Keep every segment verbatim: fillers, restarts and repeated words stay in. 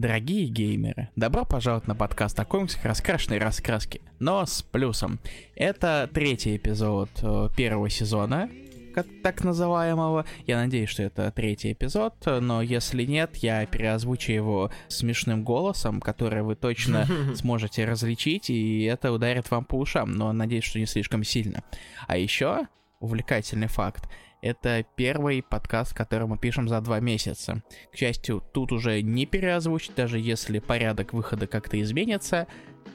Дорогие геймеры, добро пожаловать на подкаст о комиксах раскрашенной раскраски, но с плюсом. Это третий эпизод э, первого сезона, как, так называемого. Я надеюсь, что это третий эпизод, но если нет, я переозвучу его смешным голосом, который вы точно сможете различить, и это ударит вам по ушам, но надеюсь, что не слишком сильно. А еще увлекательный факт. Это первый подкаст, который мы пишем за два месяца. К счастью, тут уже не переозвучить, даже если порядок выхода как-то изменится.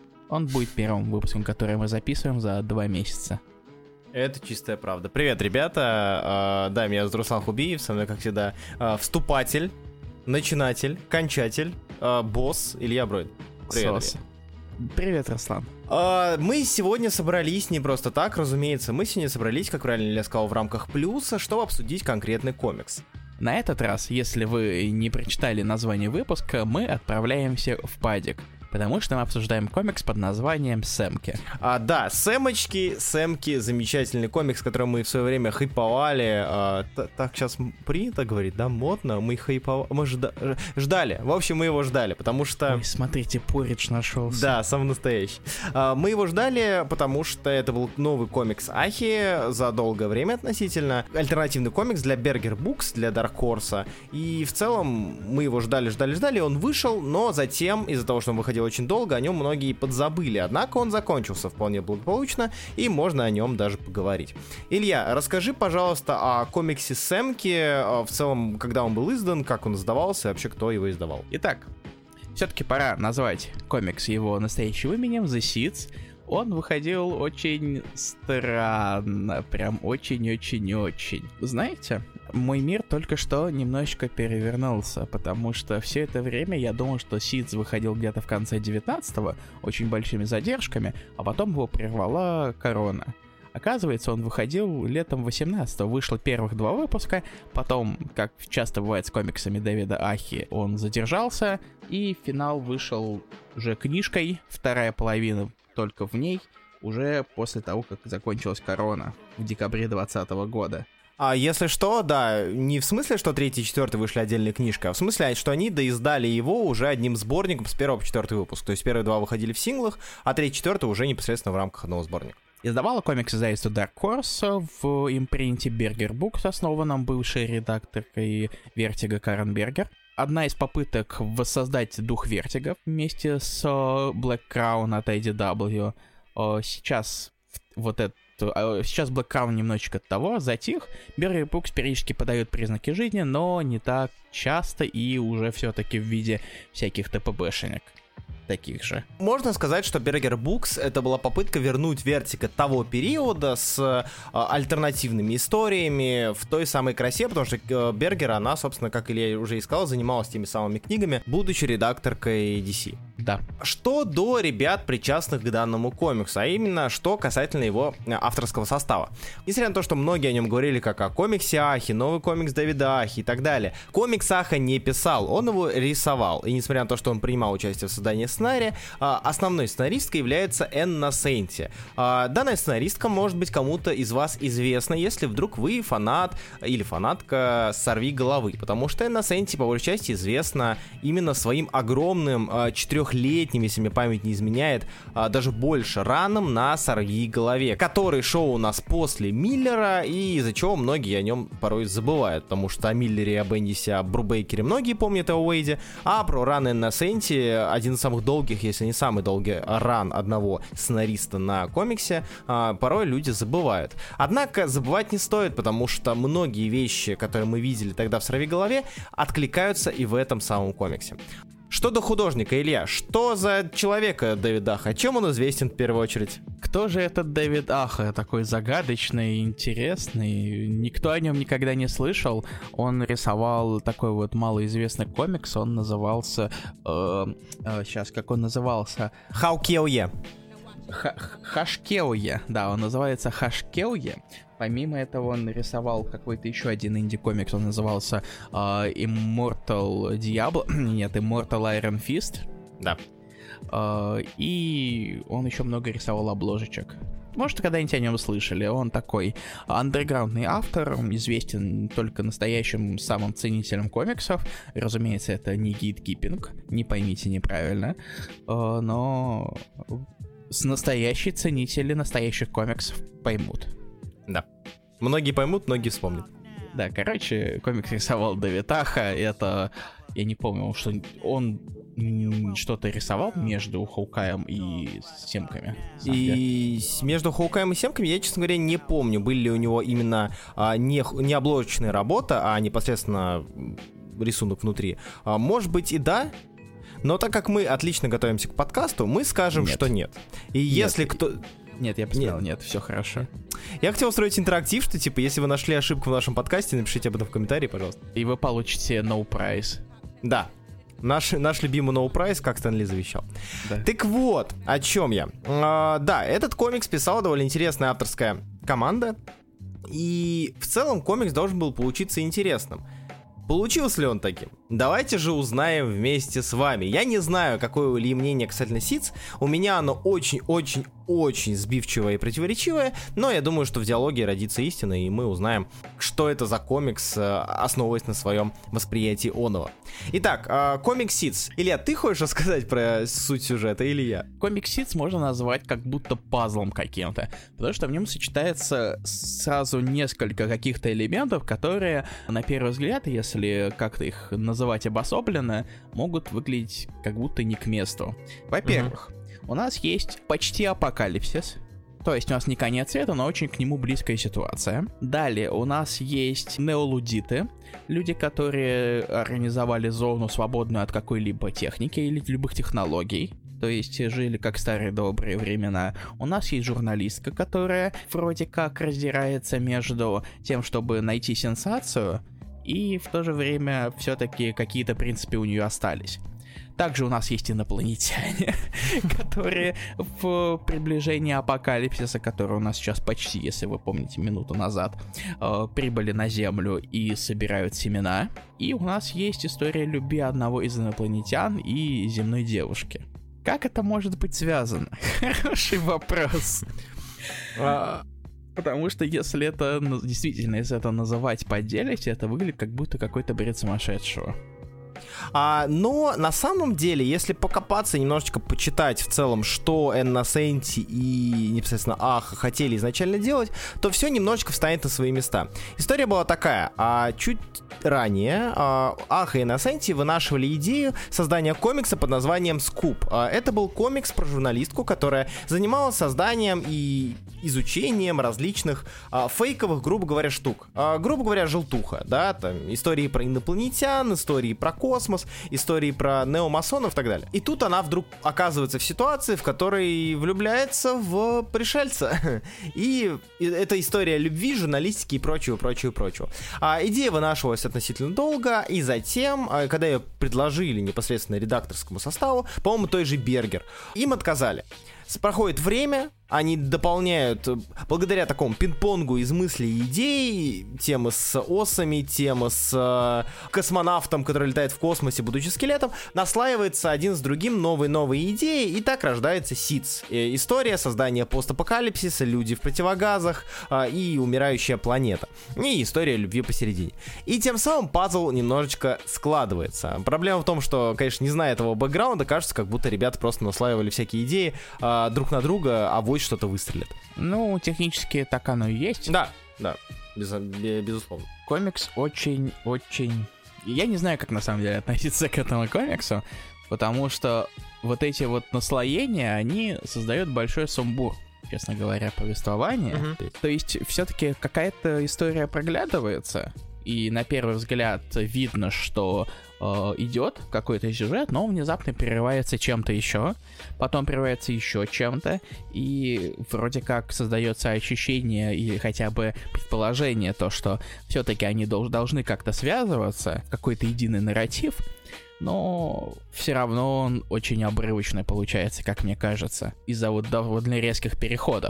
Он будет первым выпуском, который мы записываем за два месяца. Это чистая правда. Привет, ребята. Да, меня зовут Руслан Хубиев, со мной, как всегда, вступатель, начинатель, кончатель, босс Илья Бройд. Привет, Сос. Привет, Руслан. Uh, мы сегодня собрались не просто так, разумеется. Мы сегодня собрались, как правильно Илья сказал, в рамках плюса, чтобы обсудить конкретный комикс. На этот раз, если вы не прочитали название выпуска, мы отправляемся в падик. Потому что мы обсуждаем комикс под названием «Сэмки». А, да, «Сэмочки», «Сэмки» — замечательный комикс, который мы в свое время хайповали. А, т- так сейчас принято говорить, да, модно. Мы хайповали, мы жда- ждали. В общем, мы его ждали, потому что... Ой, смотрите, поридж нашелся. Да, самый настоящий. А, мы его ждали, потому что это был новый комикс Ахи за долгое время относительно. Альтернативный комикс для Berger Books, для Dark Horse. И в целом мы его ждали, ждали, ждали. Он вышел, но затем, из-за того, что он выходил очень долго, о нем многие подзабыли. Однако он закончился вполне благополучно, и можно о нем даже поговорить. Илья, расскажи, пожалуйста, о комиксе Сэмки, в целом, когда он был издан, как он издавался, и вообще кто его издавал. Итак, все-таки пора назвать комикс его настоящим именем, The Seeds. Он выходил очень странно, прям очень-очень-очень. Знаете, мой мир только что немножечко перевернулся, потому что все это время я думал, что Seeds выходил где-то в конце девятнадцатого, очень большими задержками, а потом его прервала корона. Оказывается, он выходил летом восемнадцатого, вышло первых два выпуска, потом, как часто бывает с комиксами Дэвида Ахи, он задержался, и финал вышел уже книжкой, вторая половина только в ней, уже после того, как закончилась корона в декабре двадцатого года. А если что, да, не в смысле, что третий и четвертый вышли отдельной книжкой, а в смысле, что они доиздали его уже одним сборником с первого по четвертый выпуск. То есть первые два выходили в синглах, а третий и четвертый уже непосредственно в рамках одного сборника. Издавала комикс издательство Dark Horse в импринте Berger Books, основанном бывшей редакторкой Vertigo Карен Бергер. Одна из попыток воссоздать дух Vertigo вместе с Black Crown от эй ди дабл ю. Сейчас вот это Сейчас Black Crown немножечко от того затих. Berger Books периодически подает признаки жизни, но не так часто и уже все-таки в виде всяких ТПБшенек. Таких же. Можно сказать, что Berger Books — это была попытка вернуть Vertigo того периода с э, альтернативными историями в той самой красе, потому что э, Бергер, она, собственно, как Илья уже и сказал, занималась теми самыми книгами, будучи редакторкой ди си. Да. Что до ребят, причастных к данному комиксу, а именно, что касательно его авторского состава. Несмотря на то, что многие о нем говорили как о комиксе Ахи, новый комикс Дэвида Ахи и так далее, комикс Аха не писал, он его рисовал. И несмотря на то, что он принимал участие в создании сценария, основной сценаристкой является Энна Сенти. Данная сценаристка может быть кому-то из вас известна, если вдруг вы фанат или фанатка «Сорви головы», потому что Энна Сенти по большей части известна именно своим огромным четырехлетним, если мне память не изменяет, даже больше раном на «Сорви голове», который шоу у нас после Миллера, и из-за чего многие о нем порой забывают, потому что о Миллере и о Бендисе, о Брубейкере многие помнят, о Уэйде, а про ран Энна Сенти, один из самых долгих, если не самый долгий ран одного сценариста на комиксе, порой люди забывают. Однако забывать не стоит, потому что многие вещи, которые мы видели тогда в «Сорви голове», откликаются и в этом самом комиксе. Что до художника, Илья, что за человека Дэвид Аха? Чем он известен в первую очередь? Кто же этот Дэвид Аха? Такой загадочный, интересный. Никто о нем никогда не слышал. Он рисовал такой вот малоизвестный комикс. Он назывался... Э, э, сейчас, как он назывался? Хаукеуе. Хашкеуе. Да, он называется Хашкеуе. Помимо этого он нарисовал какой-то еще один инди-комикс, он назывался uh, Immortal Diablo, нет, Immortal Iron Fist. Да. Uh, и он еще много рисовал обложечек. Может, когда-нибудь о нем слышали. Он такой андерграундный автор, известен только настоящим самым ценителям комиксов. Разумеется, это не гейткипинг, не поймите неправильно. Но с настоящие ценители настоящих комиксов поймут. Да. Многие поймут, многие вспомнят. Да, короче, комикс рисовал Дэвид Аха. Это, я не помню, что он что-то рисовал между Хоукаем и Семками. И между Хоукаем и Семками я, честно говоря, не помню, были ли у него именно а, не, не обложечная работа, а непосредственно рисунок внутри. А, может быть и да, но так как мы отлично готовимся к подкасту, мы скажем, нет. что нет. И нет. если кто... Нет, я бы сказал, нет, нет, все хорошо. Я хотел устроить интерактив, что типа, если вы нашли ошибку в нашем подкасте, напишите об этом в комментарии, пожалуйста. И вы получите no prize. Да. Наш, наш любимый No Prize, как Стэн Ли завещал. Да. Так вот, о чем я. А, да, этот комикс писала довольно интересная авторская команда. И в целом комикс должен был получиться интересным. Получился ли он таким? Давайте же узнаем вместе с вами. Я не знаю, какое ли мнение касательно Сидс. У меня оно очень-очень-очень сбивчивое и противоречивое. Но я думаю, что в диалоге родится истина, и мы узнаем, что это за комикс, основываясь на своем восприятии оного. Итак, комикс Сидс. Илья, ты хочешь рассказать про суть сюжета или я? Комикс Сидс можно назвать как будто пазлом каким-то, потому что в нем сочетается сразу несколько каких-то элементов, которые, на первый взгляд, если как-то их называть обособленно, могут выглядеть как будто не к месту. Во-первых, uh-huh. у нас есть почти апокалипсис. То есть у нас не конец света, но очень к нему близкая ситуация. Далее у нас есть неолудиты. Люди, которые организовали зону, свободную от какой-либо техники или любых технологий. То есть жили как старые добрые времена. У нас есть журналистка, которая вроде как раздирается между тем, чтобы найти сенсацию, и в то же время все-таки какие-то принципы у нее остались. Также у нас есть инопланетяне, которые в приближении апокалипсиса, который у нас сейчас почти, если вы помните, минуту назад, э, прибыли на Землю и собирают семена. И у нас есть история любви одного из инопланетян и земной девушки. Как это может быть связано? Хороший вопрос. Потому что если это действительно, если это называть по отдельности, это выглядит как будто какой-то бред сумасшедшего. А, но на самом деле, если покопаться, немножечко почитать в целом, что Энна Сенти и непосредственно Аха хотели изначально делать, то все немножечко встанет на свои места. История была такая. А чуть ранее а, Аха и Энна Сенти вынашивали идею создания комикса под названием «Скуп». А, это был комикс про журналистку, которая занималась созданием и изучением различных а, фейковых, грубо говоря, штук. А, грубо говоря, желтуха, да, там истории про инопланетян, истории про космос, истории про неомасонов и так далее. И тут она вдруг оказывается в ситуации, в которой влюбляется в пришельца. И это история любви, журналистики и прочего, прочего, прочего. А идея вынашивалась относительно долго, и затем, когда ее предложили непосредственно редакторскому составу, по-моему, той же Бергер, им отказали. Проходит время, они дополняют, благодаря такому пинг-понгу из мыслей и идей, темы с осами, темы с э, космонавтом, который летает в космосе, будучи скелетом, наслаивается один с другим новые-новые идеи, и так рождается Сидс. Э, история создания постапокалипсиса, люди в противогазах э, и умирающая планета. И история любви посередине. И тем самым пазл немножечко складывается. Проблема в том, что, конечно, не зная этого бэкграунда, кажется, как будто ребята просто наслаивали всякие идеи э, друг на друга, а вот что-то выстрелит. Ну, технически так оно и есть. Да, да, без, безусловно. Комикс очень-очень... Я не знаю, как на самом деле относиться к этому комиксу, потому что вот эти вот наслоения, они создают большой сумбур, честно говоря, повествование. Uh-huh. То есть все-таки какая-то история проглядывается, и на первый взгляд видно, что э, идет какой-то сюжет, но внезапно прерывается чем-то еще, потом прерывается еще чем-то, и вроде как создается ощущение или хотя бы предположение, то, что все-таки они дол- должны как-то связываться, какой-то единый нарратив, но все равно он очень обрывочный получается, как мне кажется, из-за вот довольно резких переходов.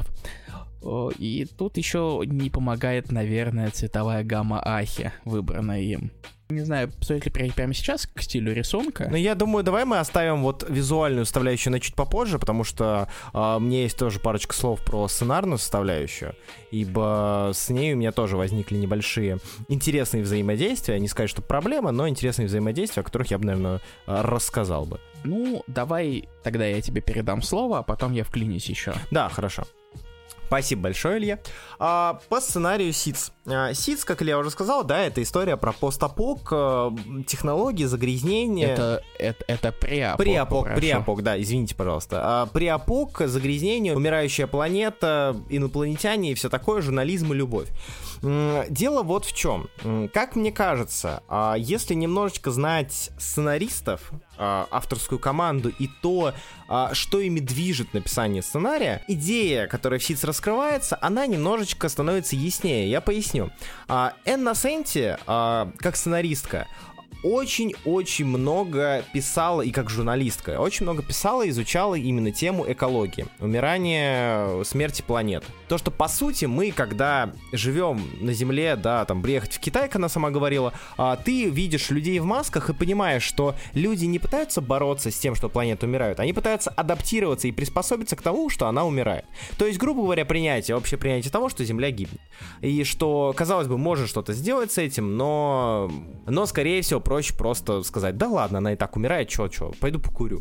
И тут еще не помогает, наверное, цветовая гамма Ахи, выбранная им. Не знаю, стоит ли перейти прямо сейчас к стилю рисунка. Ну, я думаю, давай мы оставим вот визуальную составляющую на чуть попозже, потому что э, мне есть тоже парочка слов про сценарную составляющую, ибо с ней у меня тоже возникли небольшие интересные взаимодействия. Не сказать, что проблема, но интересные взаимодействия, о которых я бы, наверное, рассказал бы. Ну, давай тогда я тебе передам слово, а потом я вклинюсь еще. Да, хорошо. Спасибо большое, Илья. А, по сценарию Seeds. А, Seeds, как Илья уже сказал, да, это история про постапок, технологии, загрязнения. Это, это, это преапок. Преапок, преапок, да, извините, пожалуйста. А, преапок, загрязнение, умирающая планета, инопланетяне и все такое, журнализм и любовь. Дело вот в чем. Как мне кажется, если немножечко знать сценаристов, авторскую команду и то, что ими движет написание сценария, идея, которая в Seeds раскрывается, она немножечко становится яснее. Я поясню. Энн Носенти, как сценаристка, очень-очень много писала, и как журналистка, очень много писала, изучала именно тему экологии, умирания, смерти планет. То, что, по сути, мы, когда живем на Земле, да, там, приехать в Китай, как она сама говорила, а, ты видишь людей в масках и понимаешь, что люди не пытаются бороться с тем, что планеты умирают, они пытаются адаптироваться и приспособиться к тому, что она умирает. То есть, грубо говоря, принятие, общее принятие того, что Земля гибнет. И что, казалось бы, можно что-то сделать с этим, но, но скорее всего, проще просто сказать: да ладно, она и так умирает, чё-чё, пойду покурю.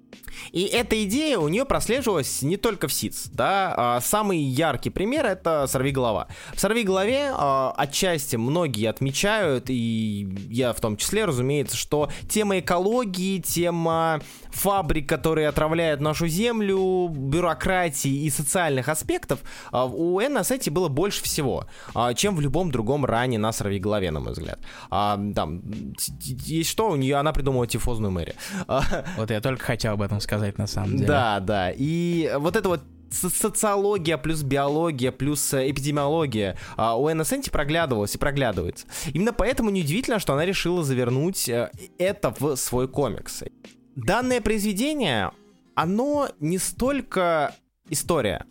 И эта идея у нее прослеживалась не только в Seeds, да, а самый яркий пример — это «Сорвиголова». В «Сорвиголове» а, отчасти многие отмечают, и я в том числе, разумеется, что тема экологии, тема фабрик, которые отравляют нашу землю, бюрократии и социальных аспектов а, у Энн Носенти было больше всего, а, чем в любом другом ране на «Сорвиголове», на мой взгляд. А, там есть что, у нее она придумала тифозную Мэри. Вот я только хотел об этом сказать, на самом деле. Да, да. И вот это вот социология плюс биология плюс эпидемиология а, у Энн Носенти проглядывалась и проглядывается. Именно поэтому неудивительно, что она решила завернуть это в свой комикс. Данное произведение, оно не столько история.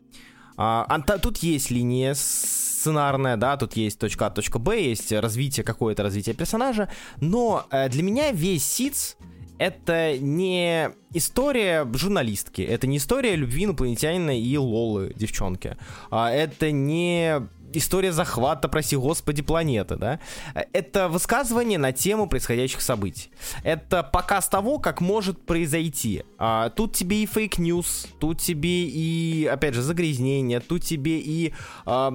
А, а, тут есть линия сценарная, да, тут есть точка А, точка Б, есть развитие, какое-то развитие персонажа, но э, для меня весь Seeds — это не история журналистки, это не история любви инопланетянина и Лолы, девчонки, а это не история захвата, прости господи, планеты, да. Это высказывание на тему происходящих событий. Это показ того, как может произойти. А, тут тебе и фейк-ньюс, тут тебе и, опять же, загрязнение, тут тебе и а,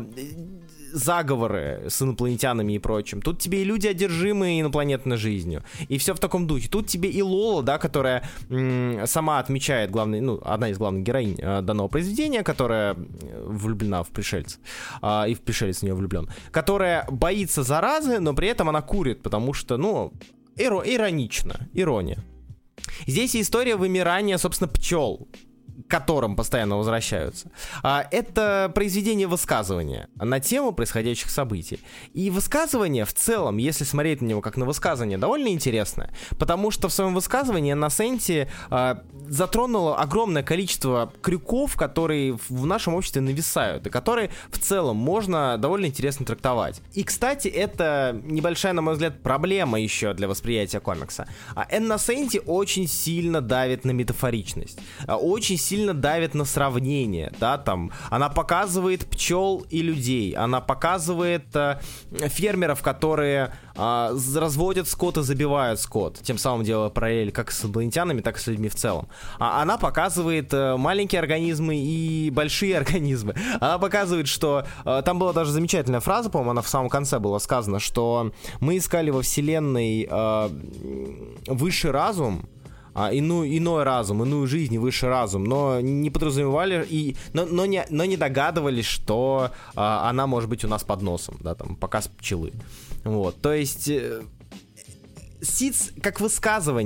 заговоры с инопланетянами и прочим. Тут тебе и люди, одержимые инопланетной жизнью. И все в таком духе. Тут тебе и Лола, да, которая м- сама отмечает главный, ну, одна из главных героинь э, данного произведения, которая влюблена в пришельца. Э, и в пришелец в нее влюблен. Которая боится заразы, но при этом она курит, потому что, ну, иро- иронично. Ирония. Здесь и история вымирания, собственно, пчел, к которым постоянно возвращаются. А, это произведение высказывания на тему происходящих событий. И высказывание в целом, если смотреть на него как на высказывание, довольно интересное, потому что в своем высказывании Энн Носенти а, затронула огромное количество крюков, которые в нашем обществе нависают, и которые в целом можно довольно интересно трактовать. И, кстати, это небольшая, на мой взгляд, проблема еще для восприятия комикса. А Энн Носенти очень сильно давит на метафоричность, очень сильно давит на сравнение, да, там, она показывает пчел и людей, она показывает э, фермеров, которые э, разводят скот и забивают скот, тем самым делая параллель как с инопланетянами, так и с людьми в целом. А она показывает э, маленькие организмы и большие организмы. Она показывает, что э, там была даже замечательная фраза, по-моему, она в самом конце была сказана, что мы искали во вселенной э, высший разум, А, иную, иной разум, иную жизнь и высший разум, но не подразумевали, и, но, но, не, но не догадывались, что а, она может быть у нас под носом, да, там, показ пчелы. Вот, то есть, э, Seeds как высказывание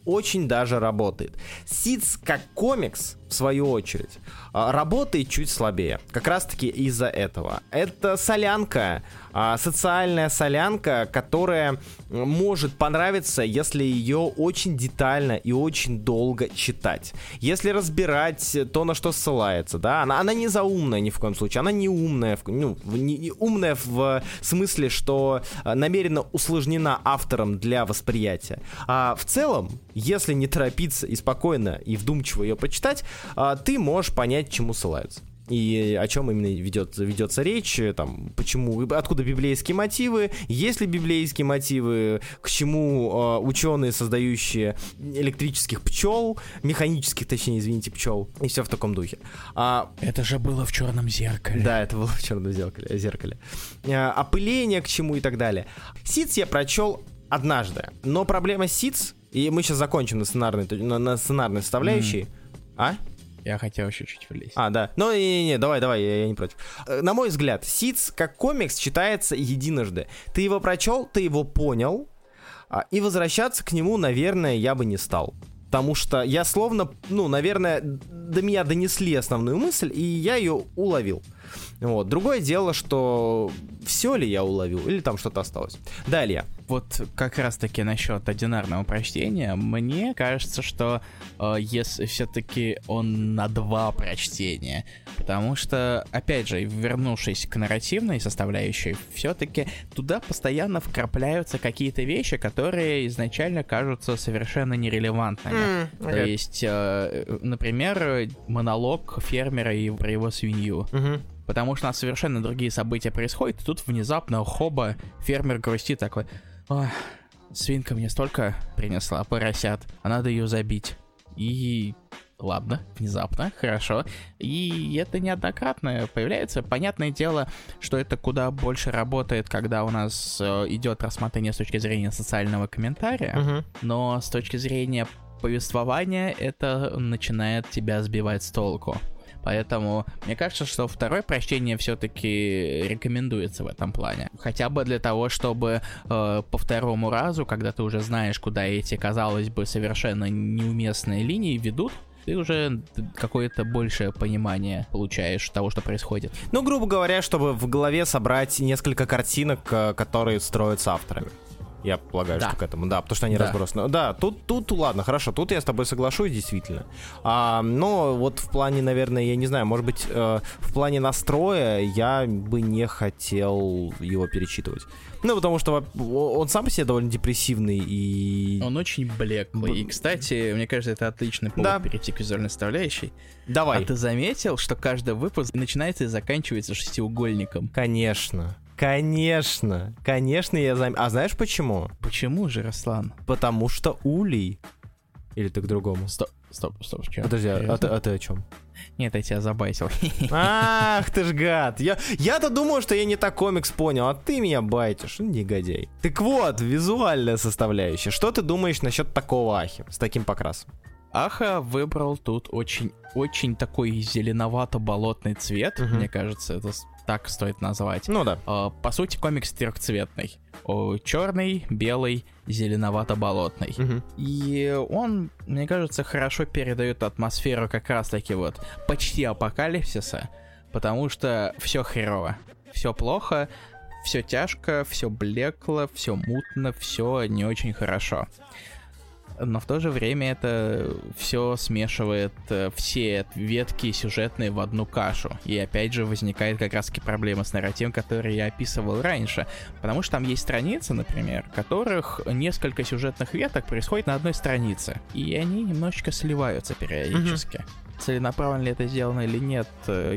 очень даже работает. Сидс как комикс, в свою очередь, работает чуть слабее. Как раз-таки из-за этого. Это солянка, социальная солянка, которая может понравиться, если ее очень детально и очень долго читать. Если разбирать то, на что ссылается, да, она, она не заумная ни в коем случае, она не умная, ну, не, не умная в смысле, что намеренно усложнена автором для восприятия. А в целом, если не торопиться и спокойно и вдумчиво ее почитать, ты можешь понять, к чему ссылаются. И о чем именно ведет, ведется речь, там, почему, откуда библейские мотивы, есть ли библейские мотивы, к чему э, ученые, создающие электрических пчел, механических, точнее, извините, пчел, и все в таком духе. А, это же было в «Черном зеркале». Да, это было в «Черном зеркале». зеркале. А, опыление к чему и так далее. Сидс я прочел однажды, но проблема Сидс, и мы сейчас закончим на сценарной, на, на сценарной составляющей, mm. а? Я хотел еще чуть влезть. А, да. Ну, не-не-не, давай, давай, я, я не против. На мой взгляд, Сидс как комикс читается единожды. Ты его прочел, ты его понял, и возвращаться к нему, наверное, я бы не стал. Потому что я словно, ну, наверное, до меня донесли основную мысль, и я ее уловил. Вот. Другое дело, что все ли я уловил, или там что-то осталось. Далее. Вот как раз-таки насчет одинарного прочтения, мне кажется, что э, если все-таки он на два прочтения, потому что, опять же, вернувшись к нарративной составляющей, все-таки туда постоянно вкрапляются какие-то вещи, которые изначально кажутся совершенно нерелевантными. Mm, okay. То есть, э, например, монолог фермера и про его свинью. Mm-hmm. Потому что у нас совершенно другие события происходят, и тут внезапно, хоба, фермер грустит такой: ой, свинка мне столько принесла поросят, а надо ее забить. И ладно, внезапно, хорошо. И это неоднократно появляется. Понятное дело, что это куда больше работает, когда у нас э, идет рассмотрение с точки зрения социального комментария, uh-huh. но с точки зрения повествования это начинает тебя сбивать с толку. Поэтому мне кажется, что второе прочтение все-таки рекомендуется в этом плане. Хотя бы для того, чтобы э, по второму разу, когда ты уже знаешь, куда эти, казалось бы, совершенно неуместные линии ведут, ты уже какое-то большее понимание получаешь того, что происходит. Ну, грубо говоря, чтобы в голове собрать несколько картинок, которые строятся авторами. Я полагаю, да. что к этому, да, потому что они да. разбросаны. Да, тут, тут, ладно, хорошо, тут я с тобой соглашусь, действительно. А, но вот в плане, наверное, я не знаю, может быть, э, в плане настроя я бы не хотел его перечитывать. Ну, потому что он сам по себе довольно депрессивный и... Он очень блеклый. И, кстати, мне кажется, это отличный повод да. перейти к визуальной составляющей. Давай. А ты заметил, что каждый выпуск начинается и заканчивается шестиугольником? Конечно. Конечно, конечно, я заметил. А знаешь почему? Почему же, Руслан? Потому что улей. Или ты к другому? Стоп, стоп, стоп. Что? Подожди, а ты, а ты о чем? Нет, я тебя забайтил. Ах ты ж гад. Я, я-то думал, что я не так комикс понял, а ты меня байтишь, негодяй. Так вот, визуальная составляющая. Что ты думаешь насчет такого ахи, с таким покрасом? Аха выбрал тут очень-очень такой зеленовато-болотный цвет, угу. мне кажется, это так стоит назвать. Ну да. Uh, по сути, комикс трехцветный. Uh, черный, белый, зеленовато-болотный. Угу. И он, мне кажется, хорошо передает атмосферу как раз-таки вот почти апокалипсиса, потому что все херово, все плохо, все тяжко, все блекло, все мутно, все не очень хорошо. Но в то же время это все смешивает э, все ветки сюжетные в одну кашу. И опять же возникает как раз таки проблема с нарративом, который я описывал раньше. Потому что там есть страницы, например, в которых несколько сюжетных веток происходит на одной странице. И они немножечко сливаются периодически. Mm-hmm. Целенаправленно ли это сделано или нет,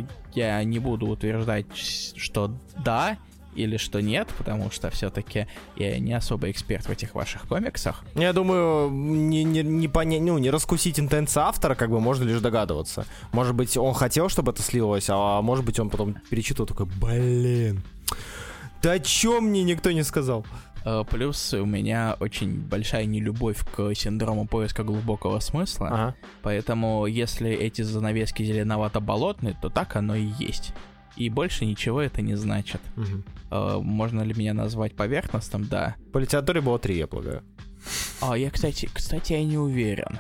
я не буду утверждать, что да, или что нет, потому что все-таки я не особо эксперт в этих ваших комиксах. Я думаю, не, не, не, поня... ну, не раскусить интенции автора, как бы можно лишь догадываться. Может быть, он хотел, чтобы это слилось, а может быть, он потом перечитывал такой: блин, да о чем мне никто не сказал? Плюс у меня очень большая нелюбовь к синдрому поиска глубокого смысла, ага. Поэтому если эти занавески зеленовато-болотные, то так оно и есть. И больше ничего это не значит. Угу. Uh, можно ли меня назвать поверхностным? Да. По литературе было три, я полагаю. А, я, кстати, кстати, я не уверен.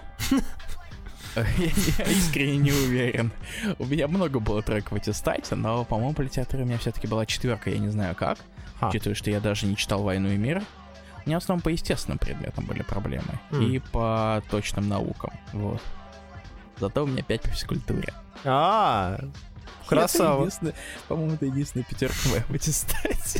Я искренне не уверен. У меня много было треков в аттестате, но, по-моему, по литературе у меня все-таки была четверка, я не знаю как. А. Учитывая, что я даже не читал «Войну и мир». У меня в основном по естественным предметам были проблемы. Mm. И по точным наукам. Вот. Зато у меня пять по физкультуре. А, красава. По-моему, это единственная пятерка моя в аттестате.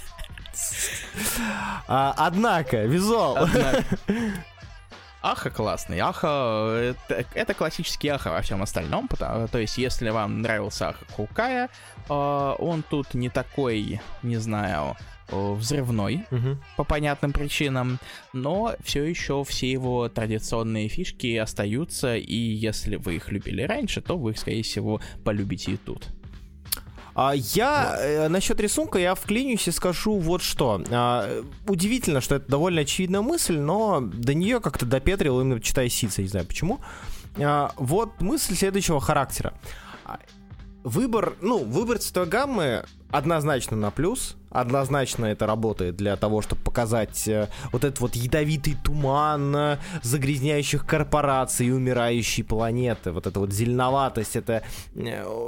Однако, визуал. Аха классный. Аха это, это классический Аха во всем остальном. Потому, то есть, если вам нравился Аха Хоукая, э, он тут не такой, не знаю, взрывной, угу. по понятным причинам, но все еще все его традиционные фишки остаются, и если вы их любили раньше, то вы их, скорее всего, полюбите и тут. А я вот. э, насчет рисунка я вклинюсь и скажу вот что. А, удивительно, что это довольно очевидная мысль, но до нее как-то допетрил именно читая Сидса, не знаю почему. А, вот мысль следующего характера. Выбор, ну, выбор цветовой гаммы однозначно на плюс. Однозначно это работает для того, чтобы показать э, вот этот вот ядовитый туман э, загрязняющих корпораций и умирающей планеты. Вот эта вот зеленоватость, это э,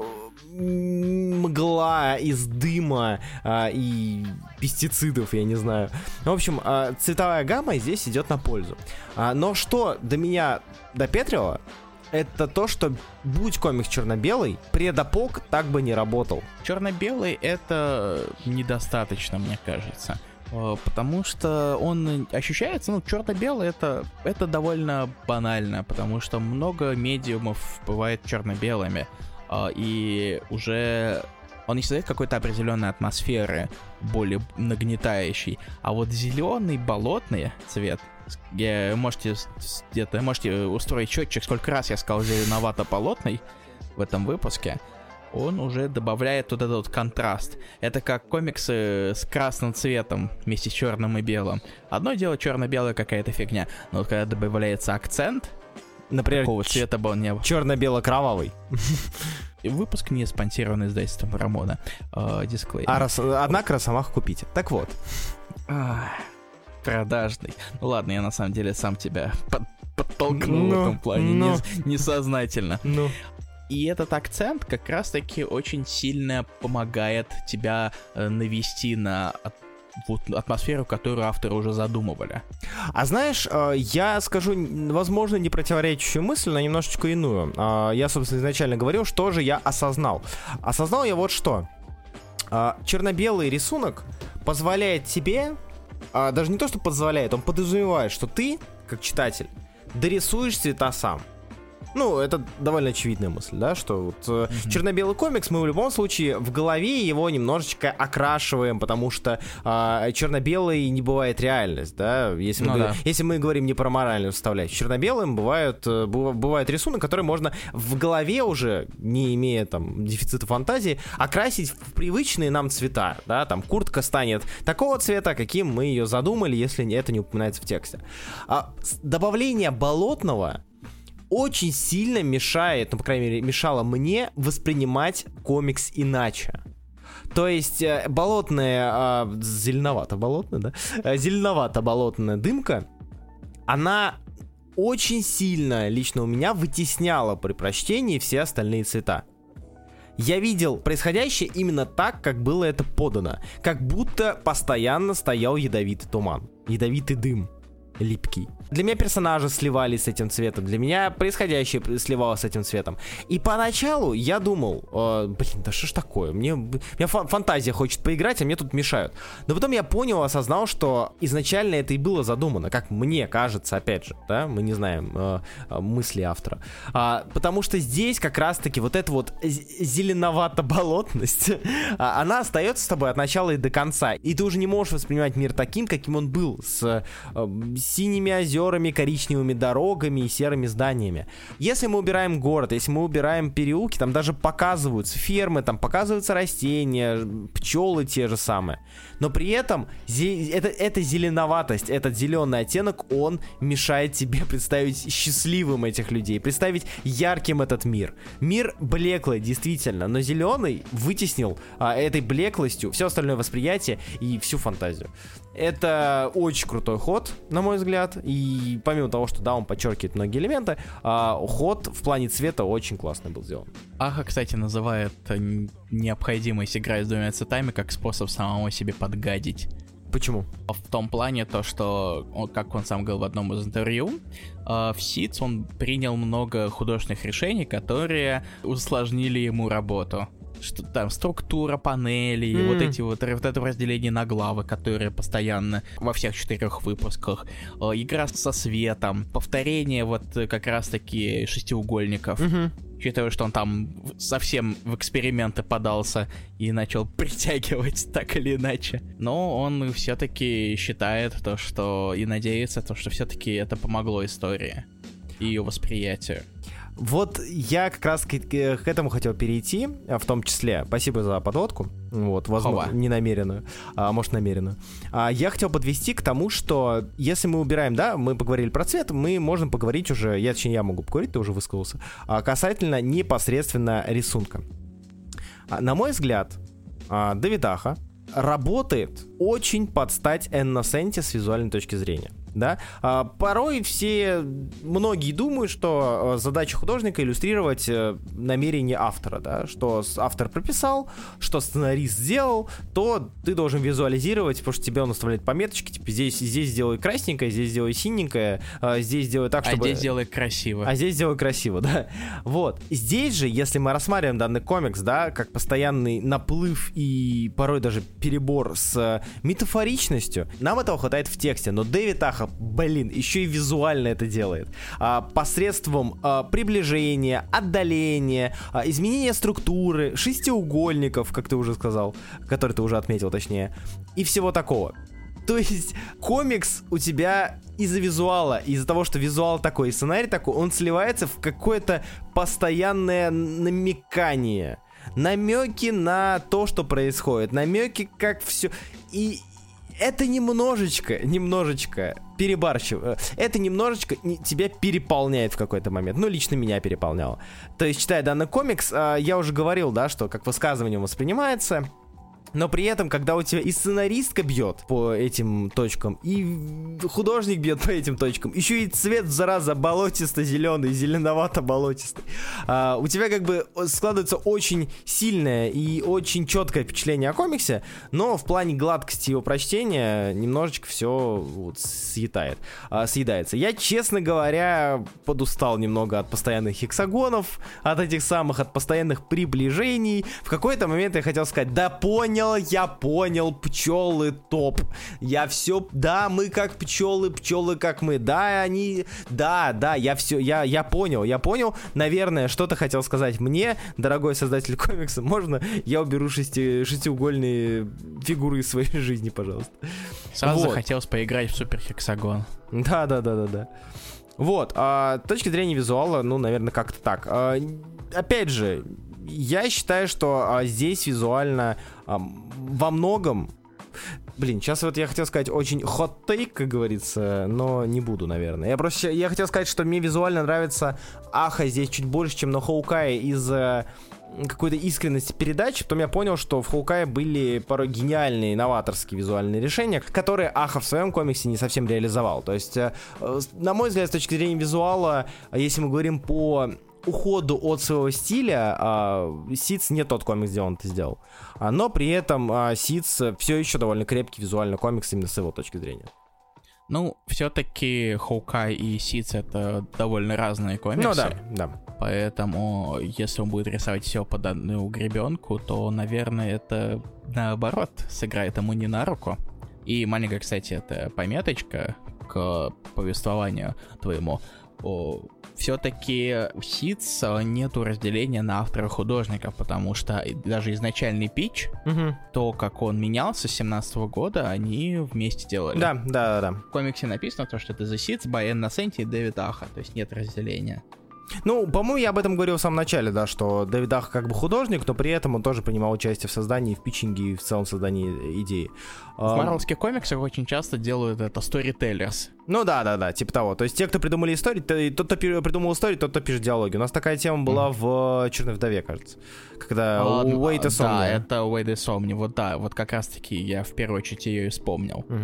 мгла из дыма э, и пестицидов, я не знаю. В общем, э, цветовая гамма здесь идет на пользу. А, но что до меня допетрило, это то, что будь комикс черно-белый, предопок так бы не работал. Черно-белый это недостаточно, мне кажется. Потому что он ощущается, ну, черно-белый это, это довольно банально, потому что много медиумов бывает черно-белыми. И уже он не создает какой-то определенной атмосферы, более нагнетающей. А вот зеленый, болотный цвет, можете где-то можете устроить счетчик, сколько раз я сказал зеленовато-болотный в этом выпуске, он уже добавляет вот этот вот контраст. Это как комиксы с красным цветом вместе с черным и белым. Одно дело черно-белая какая-то фигня, но вот когда добавляется акцент, например, какого цвета бы он не был. Черно-бело-кровавый. Выпуск не спонсирован издательством Рамона. Дисклеймер. А рас... однако Росомаху купите. Так вот. Продажный. Ну ладно, я на самом деле сам тебя под, подтолкнул no, в этом плане, no. не, несознательно. No. И этот акцент как раз-таки очень сильно помогает тебя э, навести на от, вот, атмосферу, которую авторы уже задумывали. А знаешь, э, я скажу, возможно, не противоречащую мысль, но немножечко иную. Э, я, собственно, изначально говорил, что же я осознал. Осознал я вот что. Э, черно-белый рисунок позволяет тебе... А, даже не то, что позволяет, он подразумевает, что ты, как читатель, дорисуешь цвета сам. Ну, это довольно очевидная мысль, да, что вот mm-hmm. черно-белый комикс, мы в любом случае в голове его немножечко окрашиваем, потому что э, черно-белый не бывает реальность, да, если, ну, мы, да. если мы говорим не про моральную составляющую. Черно-белым бывают, бывает рисунок, который можно в голове уже, не имея там дефицита фантазии, окрасить в привычные нам цвета, да, там куртка станет такого цвета, каким мы ее задумали, если это не упоминается в тексте. А добавление болотного очень сильно мешает, ну, по крайней мере, мешало мне воспринимать комикс иначе. То есть э, болотная, э, зеленовато-болотная, да? Э, зеленовато-болотная дымка, она очень сильно лично у меня вытесняла при прочтении все остальные цвета. Я видел происходящее именно так, как было это подано. Как будто постоянно стоял ядовитый туман, ядовитый дым. Липкий. Для меня персонажи сливались с этим цветом, для меня происходящее сливалось с этим цветом. И поначалу я думал, э, блин, да что ж такое, мне, у меня фантазия хочет поиграть, а мне тут мешают. Но потом я понял, осознал, что изначально это и было задумано, как мне кажется, опять же, да, мы не знаем э, мысли автора. А, потому что здесь как раз-таки вот эта вот зеленовато-болотность, она остается с тобой от начала и до конца. И ты уже не можешь воспринимать мир таким, каким он был, с э, синими озерами, коричневыми дорогами и серыми зданиями. Если мы убираем город, если мы убираем переулки, там даже показываются фермы, там показываются растения, пчелы те же самые. Но при этом зе- это, эта зеленоватость, этот зеленый оттенок, он мешает тебе представить счастливым этих людей, представить ярким этот мир. Мир блеклый, действительно, но зеленый вытеснил а, этой блеклостью все остальное восприятие и всю фантазию. Это очень крутой ход, на мой мой взгляд, и помимо того, что, да, он подчеркивает многие элементы, а, ход в плане цвета очень классно был сделан. Аха, кстати, называет необходимость играть с двумя цветами как способ самому себе подгадить. Почему? В том плане, то, что, он, как он сам говорил в одном из интервью, э, в Seeds он принял много художественных решений, которые усложнили ему работу. Что там структура панелей, mm. вот эти вот, вот это разделение на главы, которые постоянно во всех четырех выпусках, э, игра со светом, повторение вот как раз-таки шестиугольников. Mm-hmm. Учитывая, что он там совсем в эксперименты подался и начал притягивать так или иначе. Но он все-таки считает то, что и надеется, то, что все-таки это помогло истории и ее восприятию. Вот я как раз к, к этому хотел перейти, в том числе, спасибо за подводку, вот, возможно, не намеренную, а может намеренную. А, я хотел подвести к тому, что если мы убираем, да, мы поговорили про цвет, мы можем поговорить уже, я, точнее, я могу поговорить, ты уже высказался, а, касательно непосредственно рисунка. А, на мой взгляд, а, Дэвид Аха работает очень под стать Innocent с визуальной точки зрения. Да? А, порой все, многие думают, что а, задача художника иллюстрировать а, намерение автора, да? Что автор прописал, что сценарист сделал, то ты должен визуализировать, потому что тебе он оставляет пометочки, типа здесь, здесь сделай красненькое, здесь сделай синенькое, а, здесь сделай так, чтобы... А здесь сделай красиво. А здесь сделай красиво, да. Вот. Здесь же, если мы рассматриваем данный комикс, да, как постоянный наплыв и порой даже перебор с метафоричностью, нам этого хватает в тексте, но Дэвид Аха, блин, еще и визуально это делает. А, посредством а, приближения, отдаления, а, изменения структуры, шестиугольников, как ты уже сказал, который ты уже отметил, точнее, и всего такого. То есть комикс у тебя из-за визуала, из-за того, что визуал такой, и сценарий такой, он сливается в какое-то постоянное намекание. Намеки на то, что происходит, намеки, как все. И это немножечко, немножечко перебарщивает. Это немножечко тебя переполняет в какой-то момент. Ну, лично меня переполняло. То есть, читая данный комикс, я уже говорил, да, что как высказывание воспринимается. Но при этом, когда у тебя и сценаристка бьет по этим точкам, и художник бьет по этим точкам, еще и цвет, зараза, болотисто-зеленый, зеленовато-болотистый, а, у тебя как бы складывается очень сильное и очень четкое впечатление о комиксе, но в плане гладкости его прочтения немножечко все вот съедает, а, съедается. Я, честно говоря, подустал немного от постоянных хексагонов, от этих самых, от постоянных приближений. В какой-то момент я хотел сказать: да понял, я понял, пчелы топ. Я все, да, мы как пчелы, пчелы как мы. Да, они, да, да, я все, я, я понял, я понял. Наверное, что-то хотел сказать мне, дорогой создатель комикса. Можно я уберу шести, шестиугольные фигуры из своей жизни, пожалуйста? Сразу вот. захотелось поиграть в Супер Хексагон. Да, да, да, да, да. Вот, а, с точки зрения визуала, ну, наверное, как-то так. А, опять же, я считаю, что а, здесь визуально а, во многом... Блин, сейчас вот я хотел сказать очень hot-take, как говорится, но не буду, наверное. Я просто я хотел сказать, что мне визуально нравится Аха здесь чуть больше, чем на Хоукае из-за какой-то искренности передачи. Потом я понял, что в Хоукае были порой гениальные, новаторские визуальные решения, которые Аха в своем комиксе не совсем реализовал. То есть, на мой взгляд, с точки зрения визуала, если мы говорим по уходу от своего стиля, Seeds не тот комикс, где он это сделал. Но при этом Seeds все еще довольно крепкий визуальный комикс именно с его точки зрения. Ну, все-таки Хоукай и Seeds — это довольно разные комиксы. Ну да, да. Поэтому, если он будет рисовать все под одну гребенку, то, наверное, это наоборот сыграет ему не на руку. И маленькая, кстати, это пометочка к повествованию твоему. О, все-таки у Seeds нету разделения на автора-художников, потому что даже изначальный питч, угу. то, как он менялся с семнадцатого года, они вместе делали. Да, да, да. В комиксе написано то, что это The Seeds by Innocent и Дэвид Аха, то есть нет разделения. Ну, по-моему, я об этом говорил в самом начале, да, что Дэвид Аха как бы художник, но при этом он тоже принимал участие в создании, в питчинге и в целом создании идеи. В марвелских комиксах очень часто делают это storytellers. Ну да, да, да, типа того. То есть те, кто придумали истории, тот, кто придумал историю, тот, кто пишет диалоги. У нас такая тема была mm. в «Черной вдове», кажется. Когда а, у Уэйта Сомни. Да, это Уэйта Сомни. Вот да, вот как раз-таки я в первую очередь ее и вспомнил. Mm-hmm.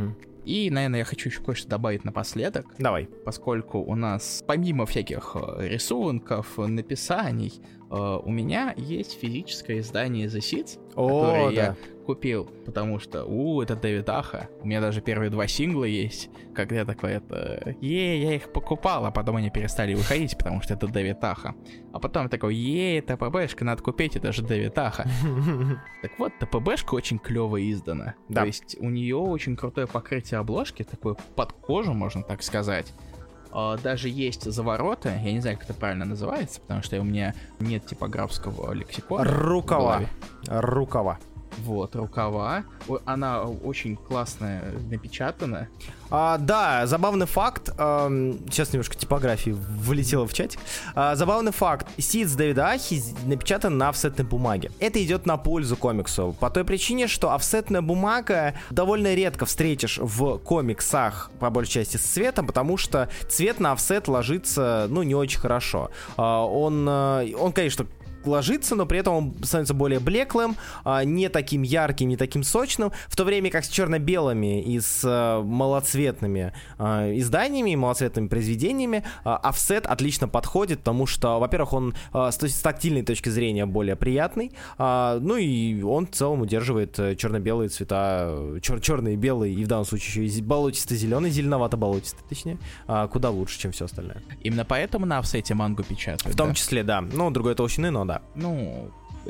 И, наверное, я хочу еще кое-что добавить напоследок. Давай. Поскольку у нас, помимо всяких рисунков, написаний, у меня есть физическое издание The Seeds, О, которое да. я купил, потому что, у, это Дэвид Аха. У меня даже первые два сингла есть, когда я такой, это, е, я их покупал, а потом они перестали выходить, потому что это Дэвид Аха. А потом такой, е, это ТПБшка, надо купить, это же Дэвид Аха. Так вот, ТПБшка очень клево издана. Да. То есть у нее очень крутое покрытие обложки, такое под кожу, можно так сказать. Uh, даже есть завороты, я не знаю, как это правильно называется, потому что у меня нет типографского лексикона. Рукава. Рукава. Вот, рукава. О, она очень классно напечатана. А, да, забавный факт. эм, сейчас немножко типографии влетело в чатик. А, забавный факт. Seeds Дэвида Ахи напечатан на офсетной бумаге. Это идет на пользу комиксу. По той причине, что офсетная бумага довольно редко встретишь в комиксах, по большей части, с цветом, потому что цвет на офсет ложится, ну, не очень хорошо. А, он, он, конечно, ложится, но при этом он становится более блеклым, не таким ярким, не таким сочным, в то время как с черно-белыми и с малоцветными изданиями, малоцветными произведениями офсет отлично подходит, потому что, во-первых, он с тактильной точки зрения более приятный, ну и он в целом удерживает черно-белые цвета, чер- черные, белые и в данном случае еще и болотисто-зеленый, зеленовато-болотистый, точнее, куда лучше, чем все остальное. Именно поэтому на офсете мангу печатают. В том да? числе, да. Ну, другой толщины, но да. Ну,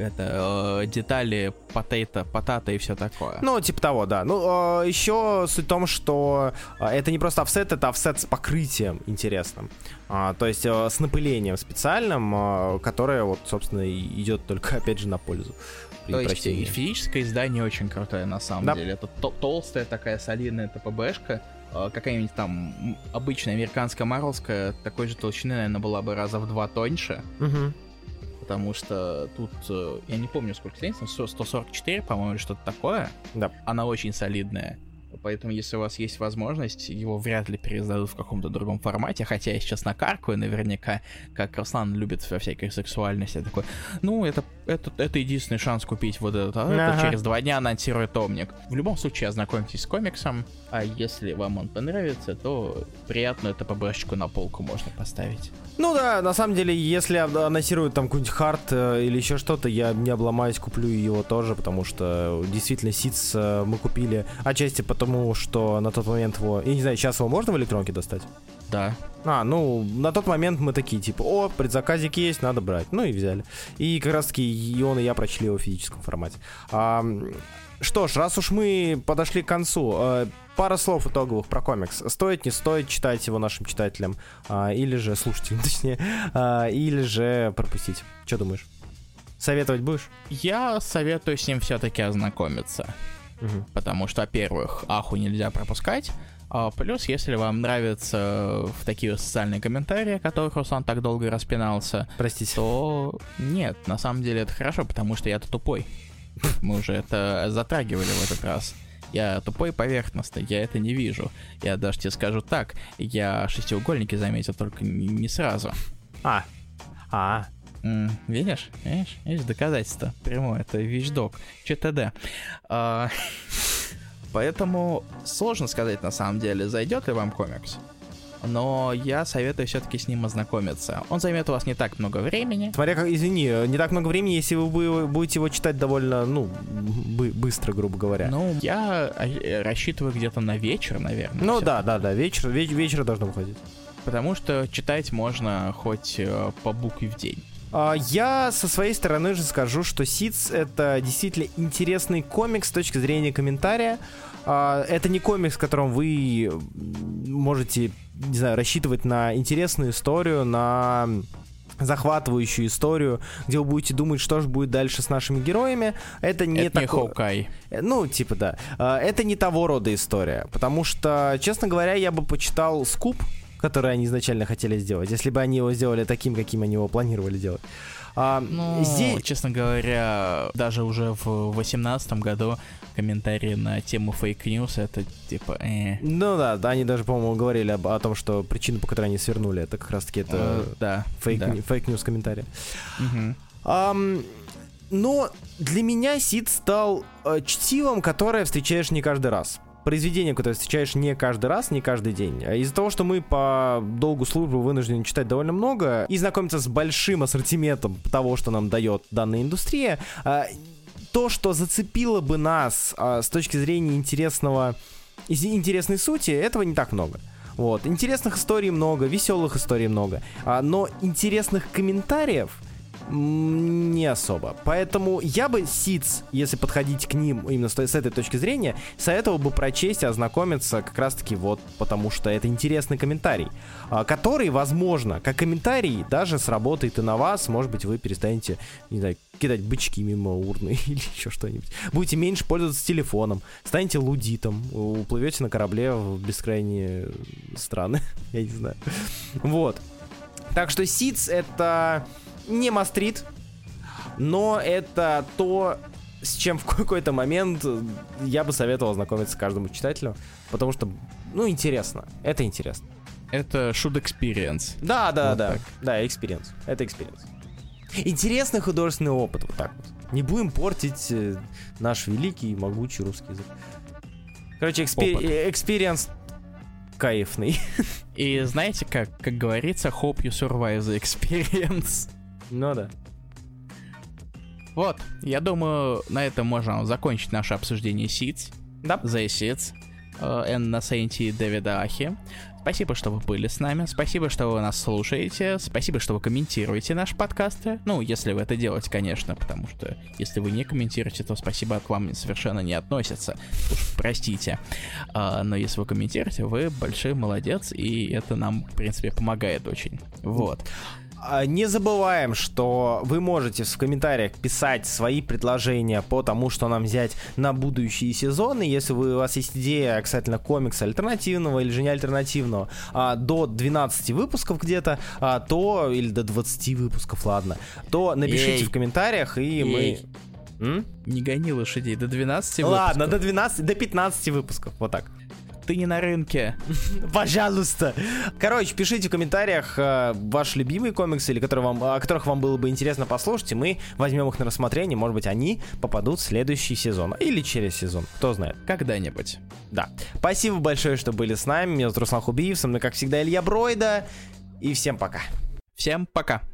это э, детали потейта, потата и все такое. Ну, типа того, да. Ну, э, еще суть в том, что э, это не просто офсет, это офсет с покрытием интересным. А, то есть э, с напылением специальным, э, которое, вот, собственно, идет только, опять же, на пользу. То есть и физическое издание очень крутое, на самом да. деле. Это тол- толстая такая солидная ТПБшка. Э, какая-нибудь там обычная американская марвелская такой же толщины, наверное, была бы раза в два тоньше. Угу. Потому что тут, я не помню, сколько страниц, сто сорок четыре, по-моему, или что-то такое. Да. Она очень солидная. Поэтому, если у вас есть возможность, его вряд ли переиздадут в каком-то другом формате. Хотя я сейчас накаркаю наверняка, как Руслан любит во всякой сексуальности. Такой, ну, это, это, это единственный шанс купить вот этот. А ага. Это через два дня анонсирует томник. В любом случае, ознакомьтесь с комиксом. А если вам он понравится, то приятную ТПБшечку на полку можно поставить. Ну да, на самом деле, если анонсируют там какой-нибудь хард э, или еще что-то, я не обломаюсь, куплю его тоже, потому что действительно Seeds э, мы купили отчасти потому, что на тот момент его, я не знаю, сейчас его можно в электронке достать? Да. А, ну, на тот момент мы такие, типа, о, предзаказик есть, надо брать. Ну и взяли. И как раз-таки и он, и я прочли его в физическом формате. А, что ж, раз уж мы подошли к концу, э, пара слов итоговых про комикс. Стоит, не стоит читать его нашим читателям, а, или же слушателям, точнее, а, или же пропустить. Что думаешь? Советовать будешь? Я советую с ним все-таки ознакомиться. Угу. Потому что, во-первых, Аху нельзя пропускать. А плюс, если вам нравятся в такие социальные комментарии, о которых Руслан так долго распинался, простите, то нет, на самом деле это хорошо, потому что я-то тупой. Мы уже это затрагивали в этот раз. Я тупой поверхностный, я это не вижу. Я даже тебе скажу так, я шестиугольники заметил только не сразу. А, а, М, видишь? Видишь? Видишь, доказательство прямое, это вещдок, ЧТД. А, поэтому сложно сказать на самом деле, зайдет ли вам комикс. Но я советую все-таки с ним ознакомиться. Он займет у вас не так много времени. Смотря как, извини, не так много времени, если вы будете его читать довольно, ну, бы- быстро, грубо говоря. Ну, я рассчитываю где-то на вечер, наверное. Ну всё-таки. да, да, да, вечер, веч- вечер должно выходить. Потому что читать можно хоть э, по букве в день. А, я со своей стороны же скажу, что Seeds — это действительно интересный комикс с точки зрения комментария. А, это не комикс, в котором вы можете, не знаю, рассчитывать на интересную историю, на захватывающую историю, где вы будете думать, что же будет дальше с нашими героями. Это не Это тако... не Хоукай. Ну, типа, да. А, это не того рода история. Потому что, честно говоря, я бы почитал скуп, который они изначально хотели сделать, если бы они его сделали таким, каким они его планировали делать. А, ну, здесь... честно говоря, даже уже в восемнадцатом году комментарии на тему фейк-ньюс, это типа... Э. Ну да, да, они даже, по-моему, говорили об, о том, что причина, по которой они свернули, это как раз-таки это uh, да, фейк, да. фейк-ньюс комментарии. Uh-huh. Um, но для меня Seeds стал э, чтивом, которое встречаешь не каждый раз. произведение, которое встречаешь не каждый раз, не каждый день. Из-за того, что мы по долгу службы вынуждены читать довольно много и знакомиться с большим ассортиментом того, что нам дает данная индустрия, то, что зацепило бы нас с точки зрения интересного, интересной сути, этого не так много. Вот. Интересных историй много, веселых историй много, но интересных комментариев не особо. Поэтому я бы Сидс, если подходить к ним именно с, с этой точки зрения, советовал бы прочесть и ознакомиться как раз-таки вот потому, что это интересный комментарий, который, возможно, как комментарий даже сработает и на вас. Может быть, вы перестанете, не знаю, кидать бычки мимо урны или еще что-нибудь. Будете меньше пользоваться телефоном, станете лудитом, уплывете на корабле в бескрайние страны. Я не знаю. Вот. Так что Сидс — это не мастрит, но это то, с чем в какой-то момент я бы советовал ознакомиться каждому читателю, потому что, ну, интересно. Это интересно. Это should experience. Да, да, вот да. Так. Да, experience. Это experience. Интересный художественный опыт, вот так вот. Не будем портить э, наш великий и могучий русский язык. Короче, экспи- experience кайфный. И знаете, как, как говорится, hope you survive the experience. Ну да. Вот, я думаю, на этом можно закончить наше обсуждение Сидс. Да. The Сидс. Энна Сенти и Дэвида Ахи. Спасибо, что вы были с нами. Спасибо, что вы нас слушаете. Спасибо, что вы комментируете наши подкасты. Ну, если вы это делаете, конечно, потому что если вы не комментируете, то спасибо к вам совершенно не относится. Уж простите. А, но если вы комментируете, вы большой молодец, и это нам, в принципе, помогает очень. Вот. Не забываем, что вы можете в комментариях писать свои предложения по тому, что нам взять на будущие сезоны. Если вы, у вас есть идея касательно комикса альтернативного или же не альтернативного, а, до двенадцати выпусков где-то, а, то, или до двадцати выпусков, ладно, то напишите Эй. в комментариях, и Эй. мы... М? Не гони лошадей, до двенадцати Ладно, выпусков. до двенадцати, до пятнадцати выпусков, вот так. Ты не на рынке. Пожалуйста. Короче, пишите в комментариях э, ваши любимые комиксы, или которые вам, о которых вам было бы интересно послушать, и мы возьмем их на рассмотрение. Может быть, они попадут в следующий сезон. Или через сезон, кто знает. Когда-нибудь. Да. Спасибо большое, что были с нами. Меня зовут Руслан Хубиев. Со мной, как всегда, Илья Бройда. И всем пока. Всем пока.